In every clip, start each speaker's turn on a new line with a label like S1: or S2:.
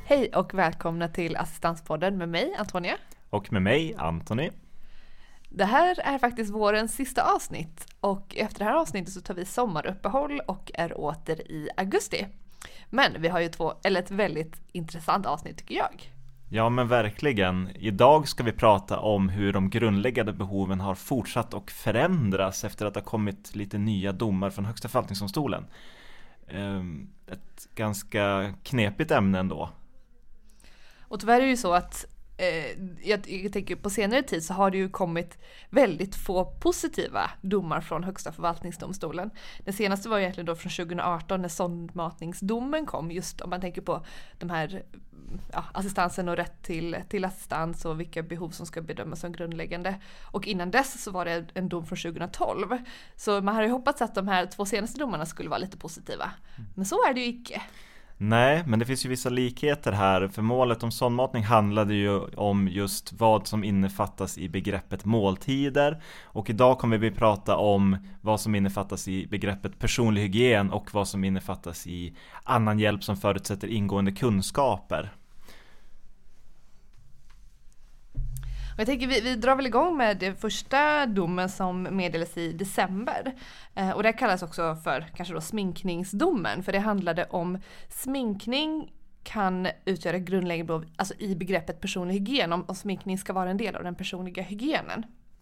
S1: Hej och välkomna till Assistanspodden med mig, Antonia.
S2: Och med mig, Antoni.
S1: Det här är faktiskt vårens sista avsnitt och efter det här avsnittet så tar vi sommaruppehåll och är åter i augusti. Men vi har ju ett väldigt intressant avsnitt tycker jag.
S2: Ja men verkligen. Idag ska vi prata om hur de grundläggande behoven har fortsatt och förändras efter att det har kommit lite nya domar från Högsta förvaltningsdomstolen. Ett ganska knepigt ämne ändå.
S1: Och tyvärr är det ju så att jag tänker på senare tid så har det ju kommit väldigt få positiva domar från Högsta förvaltningsdomstolen. Den senaste var egentligen då från 2018 när sondmatningsdomen kom, just om man tänker på de här assistansen och rätt till assistans och vilka behov som ska bedömas som grundläggande. Och innan dess så var det en dom från 2012. Så man hade ju hoppats att de här två senaste domarna skulle vara lite positiva. Men så är det ju icke.
S2: Nej, men det finns ju vissa likheter här. För målet om sondmatning handlade ju om just vad som innefattas i begreppet måltider. Och idag kommer vi prata om vad som innefattas i begreppet personlig hygien och vad som innefattas i annan hjälp som förutsätter ingående kunskaper.
S1: Och jag tänker vi drar väl igång med den första domen som meddelades i december. Och det kallas också för kanske då sminkningsdomen. För det handlade om sminkning kan utgöra grundläggande behov, alltså i begreppet personlig hygien. Om sminkning ska vara en del av den personliga hygienen.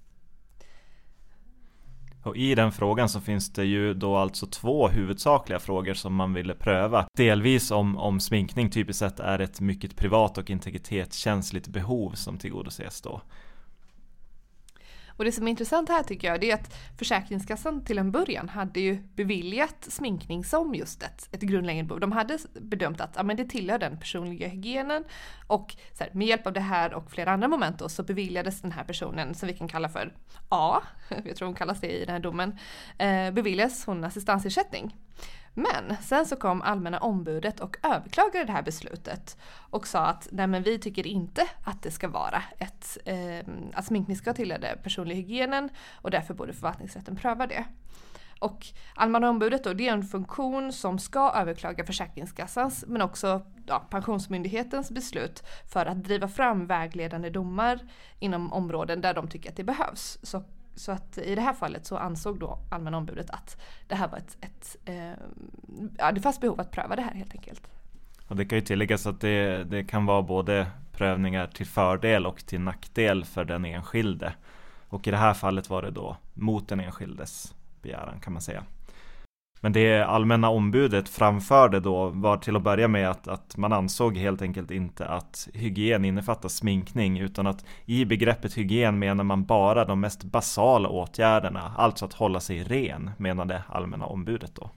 S2: Och i den frågan så finns det ju då alltså två huvudsakliga frågor som man ville pröva. Delvis om sminkning typiskt sett är ett mycket privat och integritetskänsligt behov som tillgodoses då.
S1: Och det som är intressant här tycker jag det är att Försäkringskassan till en början hade ju beviljat sminkning som just ett grundläggande behov. De hade bedömt att men det tillhör den personliga hygienen och så här, med hjälp av det här och flera andra moment då, så beviljades den här personen som vi kan kalla för A, jag tror hon kallas det i den här domen, beviljades hon assistansersättning. Men sen så kom allmänna ombudet och överklagade det här beslutet och sa att nej men vi tycker inte att det ska vara att sminkning ska tillhöra personlig hygienen och därför borde förvaltningsrätten pröva det. Och allmänna ombudet då, det är en funktion som ska överklaga Försäkringskassans men också Pensionsmyndighetens beslut för att driva fram vägledande domar inom områden där de tycker att det behövs. Så att i det här fallet så ansåg då allmänna ombudet att det här var det fanns behov att pröva det här helt enkelt.
S2: Och det kan ju tilläggas att det kan vara både prövningar till fördel och till nackdel för den enskilde. Och i det här fallet var det då mot den enskildes begäran kan man säga. Men det allmänna ombudet framförde då var till att börja med att man ansåg helt enkelt inte att hygien innefattar sminkning utan att i begreppet hygien menar man bara de mest basala åtgärderna, alltså att hålla sig ren, menade allmänna ombudet då.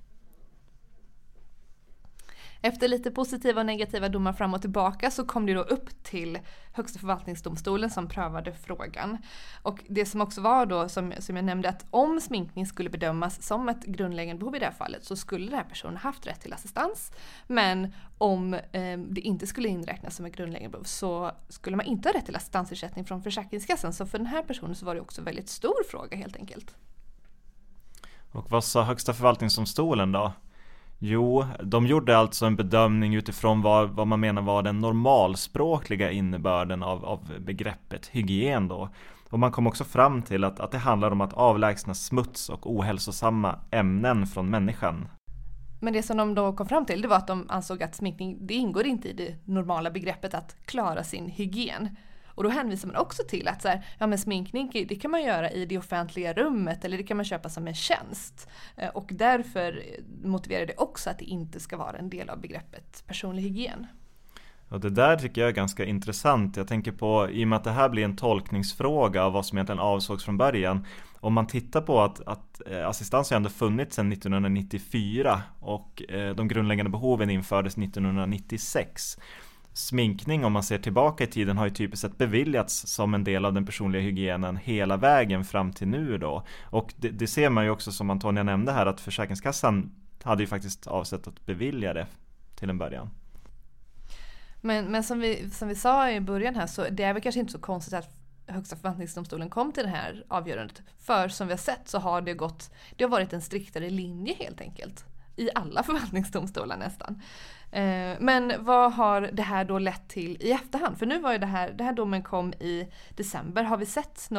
S1: Efter lite positiva och negativa domar fram och tillbaka så kom det då upp till Högsta förvaltningsdomstolen som prövade frågan. Och det som också var då, som jag nämnde, att om sminkning skulle bedömas som ett grundläggande behov i det här fallet så skulle den här personen haft rätt till assistans. Men om det inte skulle inräknas som ett grundläggande behov så skulle man inte ha rätt till assistansersättning från Försäkringskassan. Så för den här personen så var det också en väldigt stor fråga helt enkelt.
S2: Och vad sa Högsta förvaltningsdomstolen då? Jo, de gjorde alltså en bedömning utifrån vad man menar var den normalspråkliga innebörden av begreppet hygien då. Och man kom också fram till att det handlar om att avlägsna smuts och ohälsosamma ämnen från människan.
S1: Men det som de då kom fram till det var att de ansåg att sminkning det ingår inte i det normala begreppet att klara sin hygien. Och då hänvisar man också till att men sminkning det kan man göra i det offentliga rummet eller det kan man köpa som en tjänst. Och därför motiverar det också att det inte ska vara en del av begreppet personlig hygien.
S2: Och det där tycker jag är ganska intressant. Jag tänker på, i och med att det här blir en tolkningsfråga av vad som egentligen avsågs från början. Om man tittar på att assistans har ändå funnits sedan 1994 och de grundläggande behoven infördes 1996. Sminkning, om man ser tillbaka i tiden, har ju typiskt sett beviljats som en del av den personliga hygienen hela vägen fram till nu då. Och det ser man ju också, som Antonia nämnde här, att Försäkringskassan hade ju faktiskt avsett att bevilja det till en början.
S1: Men som vi sa i början här så det är väl kanske inte så konstigt att Högsta förvaltningsdomstolen kom till det här avgörandet. För som vi har sett så har det har varit en striktare linje helt enkelt. i alla förvaltningsdomstolar nästan. Men vad har det här då lett till i efterhand? För nu var ju det här domen kom i december. Har vi sett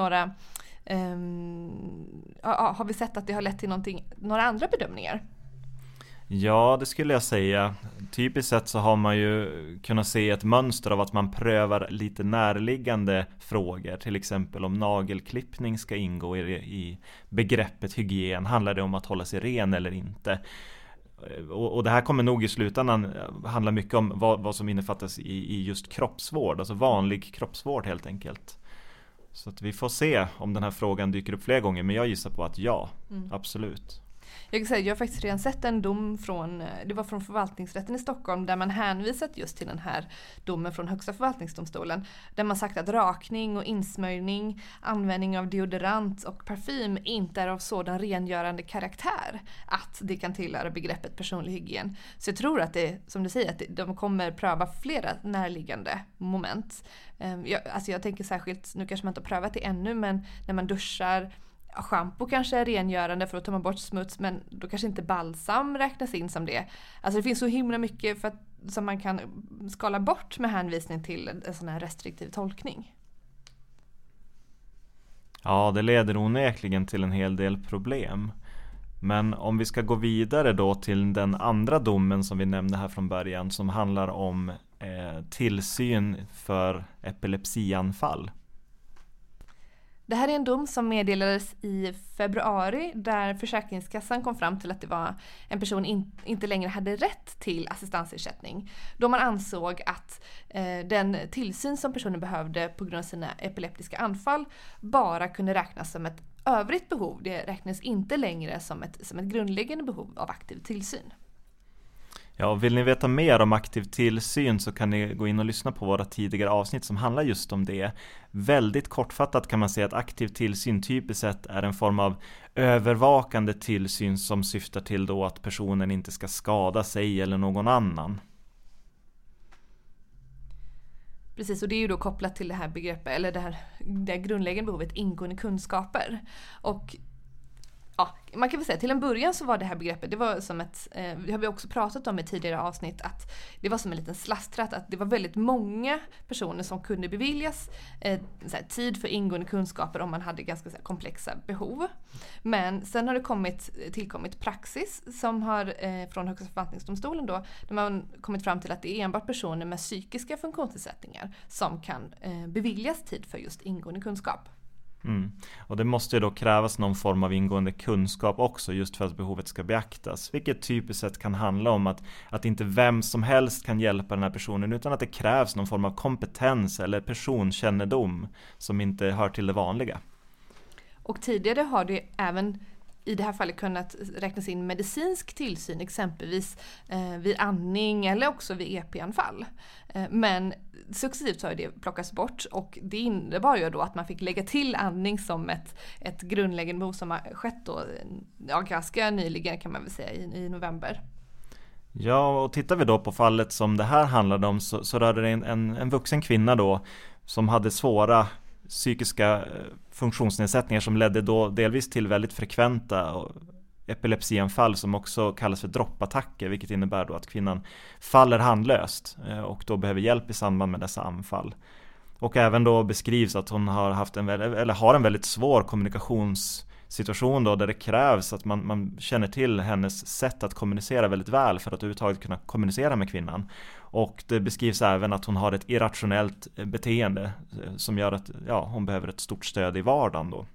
S1: har vi sett att det har lett till några andra bedömningar?
S2: Ja, det skulle jag säga. Typiskt sett så har man ju kunnat se ett mönster av att man prövar lite närliggande frågor. Till exempel om nagelklippning ska ingå i begreppet hygien. Handlar det om att hålla sig ren eller inte? Och det här kommer nog i slutändan handla mycket om vad som innefattas i just kroppsvård. Alltså vanlig kroppsvård helt enkelt. Så att vi får se om den här frågan dyker upp fler gånger. Men jag gissar på att ja, absolut.
S1: Jag kan säga, jag har faktiskt redan sett en dom från förvaltningsrätten i Stockholm där man hänvisat just till den här domen från Högsta förvaltningsdomstolen. Där man sagt att rakning och insmörjning, användning av deodorant och parfym inte är av sådan rengörande karaktär att det kan tillhöra begreppet personlig hygien. Så jag tror att det, som du säger, att de kommer pröva flera närliggande moment. Jag tänker särskilt, nu kanske man inte har prövat det ännu, men när man duschar, shampoo kanske är rengörande för att ta bort smuts, men då kanske inte balsam räknas in som det. Alltså det finns så himla mycket som man kan skala bort med hänvisning till en sån här restriktiv tolkning.
S2: Ja, det leder onekligen till en hel del problem. Men om vi ska gå vidare då till den andra domen som vi nämnde här från början, som handlar om tillsyn för epilepsianfall.
S1: Det här är en dom som meddelades i februari där Försäkringskassan kom fram till att det var en person inte längre hade rätt till assistansersättning. Då man ansåg att den tillsyn som personen behövde på grund av sina epileptiska anfall bara kunde räknas som ett övrigt behov. Det räknas inte längre som ett grundläggande behov av aktiv tillsyn.
S2: Ja, vill ni veta mer om aktiv tillsyn så kan ni gå in och lyssna på våra tidigare avsnitt som handlar just om det. Väldigt kortfattat kan man säga att aktiv tillsyn typiskt sett är en form av övervakande tillsyn som syftar till då att personen inte ska skada sig eller någon annan.
S1: Precis, och det är ju då kopplat till det här begreppet, eller det här grundläggande behovet ingående kunskaper. Och ja, man kan väl säga till en början så var det här begreppet, det var som det har vi också pratat om i tidigare avsnitt, att det var som en liten slasträtt, att det var väldigt många personer som kunde beviljas tid för ingående kunskaper om man hade ganska komplexa behov. Men sen har det tillkommit praxis som har från Högsta förvaltningsdomstolen då, där man kommit fram till att det är enbart personer med psykiska funktionsnedsättningar som kan beviljas tid för just ingående kunskap.
S2: Och det måste ju då krävas någon form av ingående kunskap också just för att behovet ska beaktas. Vilket typiskt sett kan handla om att inte vem som helst kan hjälpa den här personen utan att det krävs någon form av kompetens eller personkännedom som inte hör till det vanliga. Och
S1: tidigare har det även i det här fallet kunnat räknas in medicinsk tillsyn, exempelvis vid andning eller också vid EP-anfall. Men successivt har det plockats bort och det innebar ju då att man fick lägga till andning som ett grundläggande behov som har skett då, ganska nyligen kan man väl säga i november.
S2: Ja, och tittar vi då på fallet som det här handlade om så rörde det en vuxen kvinna då som hade svåra psykiska funktionsnedsättningar som ledde då delvis till väldigt frekventa epilepsianfall som också kallas för droppattacker, vilket innebär då att kvinnan faller handlöst och då behöver hjälp i samband med dessa anfall. Och även då beskrivs att hon har en väldigt svår kommunikationssituation då, där det krävs att man känner till hennes sätt att kommunicera väldigt väl för att överhuvudtaget kunna kommunicera med kvinnan. Och det beskrivs även att hon har ett irrationellt beteende som gör att hon behöver ett stort stöd i vardagen då.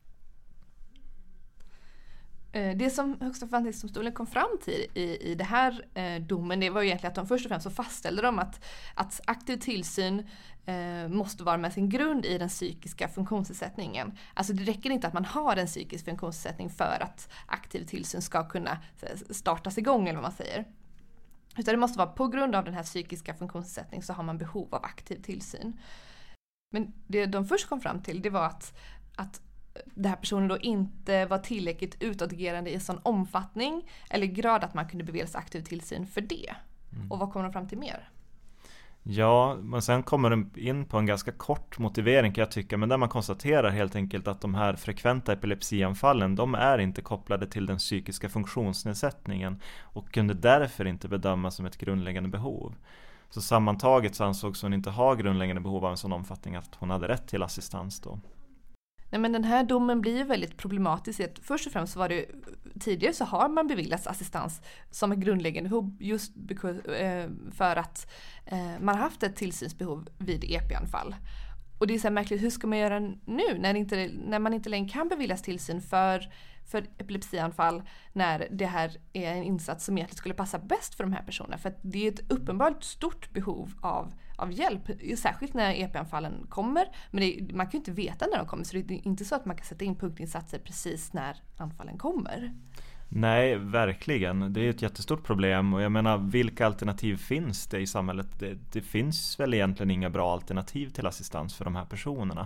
S1: Det som Högsta förvaltningsdomstolen kom fram till i det här domen, det var egentligen att de först och främst så fastställde de att aktiv tillsyn måste vara med sin grund i den psykiska funktionsnedsättningen. Alltså det räcker inte att man har en psykisk funktionsnedsättning för att aktiv tillsyn ska kunna startas igång eller vad man säger. Utan det måste vara på grund av den här psykiska funktionsnedsättningen så har man behov av aktiv tillsyn. Men det de först kom fram till det var att den här personen då inte var tillräckligt utåtagerande i en sån omfattning eller grad att man kunde beviljas aktiv tillsyn för det. Och vad kom de fram till mer?
S2: Ja, men sen kommer den in på en ganska kort motivering kan jag tycka, men där man konstaterar helt enkelt att de här frekventa epilepsianfallen, de är inte kopplade till den psykiska funktionsnedsättningen och kunde därför inte bedömas som ett grundläggande behov. Så sammantaget så ansågs hon inte ha grundläggande behov av en sån omfattning att hon hade rätt till assistans då.
S1: Nej, men den här domen blir ju väldigt problematisk. Först och främst så var det tidigare så har man beviljats assistans som ett grundläggande behov just för att man har haft ett tillsynsbehov vid EP-anfall. Och det är så här märkligt, hur ska man göra nu när man inte längre kan beviljas tillsyn för epilepsianfall, när det här är en insats som egentligen skulle passa bäst för de här personerna. För att det är ett uppenbart stort behov av hjälp, särskilt när EP-anfallen kommer. Men man kan ju inte veta när de kommer, så det är inte så att man kan sätta in punktinsatser precis när anfallen kommer.
S2: Nej, verkligen. Det är ett jättestort problem och jag menar, vilka alternativ finns det i samhället? Det finns väl egentligen inga bra alternativ till assistans för de här personerna.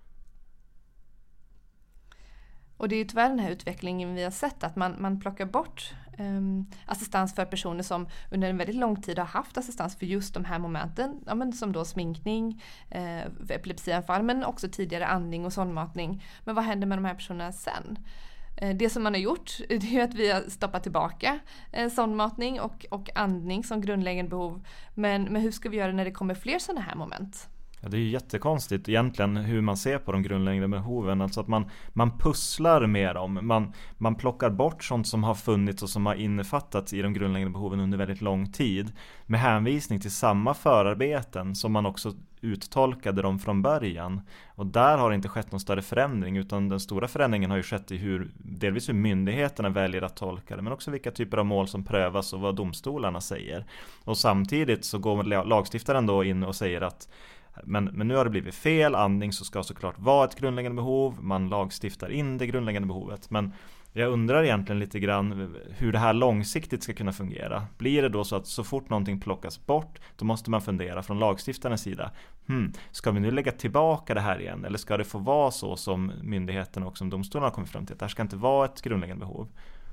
S1: Och det är ju tyvärr den här utvecklingen vi har sett, att man plockar bort assistans för personer som under en väldigt lång tid har haft assistans för just de här momenten, ja, men som då sminkning, epilepsianfall, men också tidigare andning och sondmatning. Men vad händer med de här personerna sen? Det som man har gjort, det är ju att vi har stoppat tillbaka sondmatning och andning som grundläggande behov. Men hur ska vi göra när det kommer fler sådana här moment?
S2: Ja, det är ju jättekonstigt egentligen hur man ser på de grundläggande behoven. Alltså att man pusslar med dem. Man plockar bort sånt som har funnits och som har innefattats i de grundläggande behoven under väldigt lång tid. Med hänvisning till samma förarbeten som man också uttolkade dem från början. Och där har det inte skett någon större förändring, utan den stora förändringen har ju skett i delvis hur myndigheterna väljer att tolka det, men också vilka typer av mål som prövas och vad domstolarna säger. Och samtidigt så går lagstiftaren då in och säger att men nu har det blivit fel, andning så ska såklart vara ett grundläggande behov, man lagstiftar in det grundläggande behovet. Men jag undrar egentligen lite grann hur det här långsiktigt ska kunna fungera. Blir det då så att så fort någonting plockas bort, då måste man fundera från lagstiftarens sida. Ska vi nu lägga tillbaka det här igen? Eller ska det få vara så som myndigheterna och som domstolarna har kommit fram till, att det här ska inte vara ett grundläggande behov?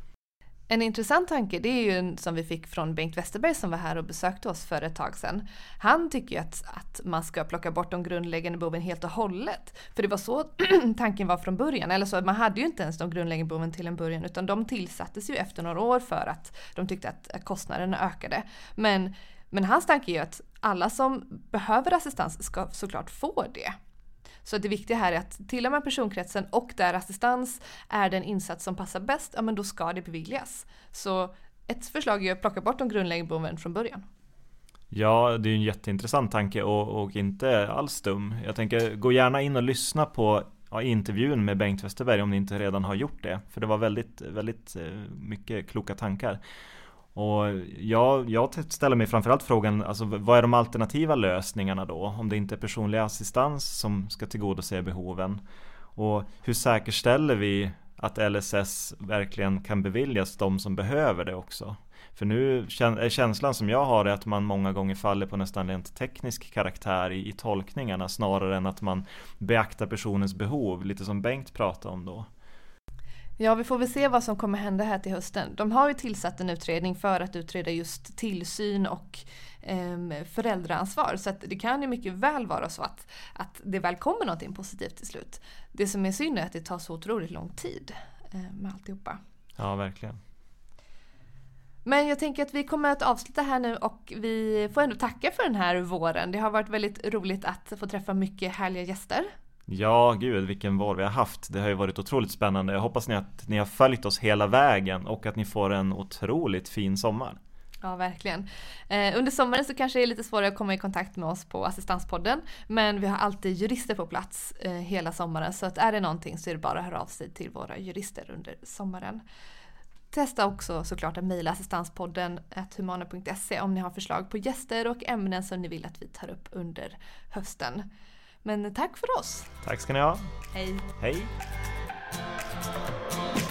S1: En intressant tanke, det är ju en som vi fick från Bengt Westerberg som var här och besökte oss för ett tag sedan. Han tycker ju att man ska plocka bort de grundläggande behoven helt och hållet. För det var så tanken var från början. Eller så, man hade ju inte ens de grundläggande behoven till en början, utan de tillsattes ju efter några år för att de tyckte att kostnaderna ökade. Men hans tanke är ju att alla som behöver assistans ska såklart få det. Så det viktiga här är att tillhör man personkretsen och där assistans är den insats som passar bäst, ja men då ska det beviljas. Så ett förslag är att plocka bort de grundläggande behoven från början.
S2: Ja, det är en jätteintressant tanke och inte alls dum. Jag tänker, gå gärna in och lyssna på intervjun med Bengt Westerberg om ni inte redan har gjort det. För det var väldigt, väldigt mycket kloka tankar. Och jag ställer mig framförallt frågan, alltså, vad är de alternativa lösningarna då? Om det inte är personlig assistans som ska tillgodose behoven. Och hur säkerställer vi att LSS verkligen kan beviljas de som behöver det också? För nu är känslan som jag har är att man många gånger faller på nästan rent teknisk karaktär i tolkningarna, snarare än att man beaktar personens behov, lite som Bengt pratade om då.
S1: Ja, vi får väl se vad som kommer hända här till hösten. De har ju tillsatt en utredning för att utreda just tillsyn och föräldraansvar. Så att det kan ju mycket väl vara så att det väl kommer någonting positivt till slut. Det som är synd är att det tar så otroligt lång tid med alltihopa.
S2: Ja, verkligen.
S1: Men jag tänker att vi kommer att avsluta här nu och vi får ändå tacka för den här våren. Det har varit väldigt roligt att få träffa mycket härliga gäster.
S2: Ja, gud vilken vår vi har haft. Det har ju varit otroligt spännande. Jag hoppas att ni har följt oss hela vägen och att ni får en otroligt fin sommar.
S1: Ja, verkligen. Under sommaren så kanske det är lite svårare att komma i kontakt med oss på Assistanspodden. Men vi har alltid jurister på plats hela sommaren. Så att är det någonting så är det bara att höra av sig till våra jurister under sommaren. Testa också såklart att mejla assistanspodden@humana.se om ni har förslag på gäster och ämnen som ni vill att vi tar upp under hösten. Men tack för oss.
S2: Tack ska ni ha.
S1: Hej.
S2: Hej.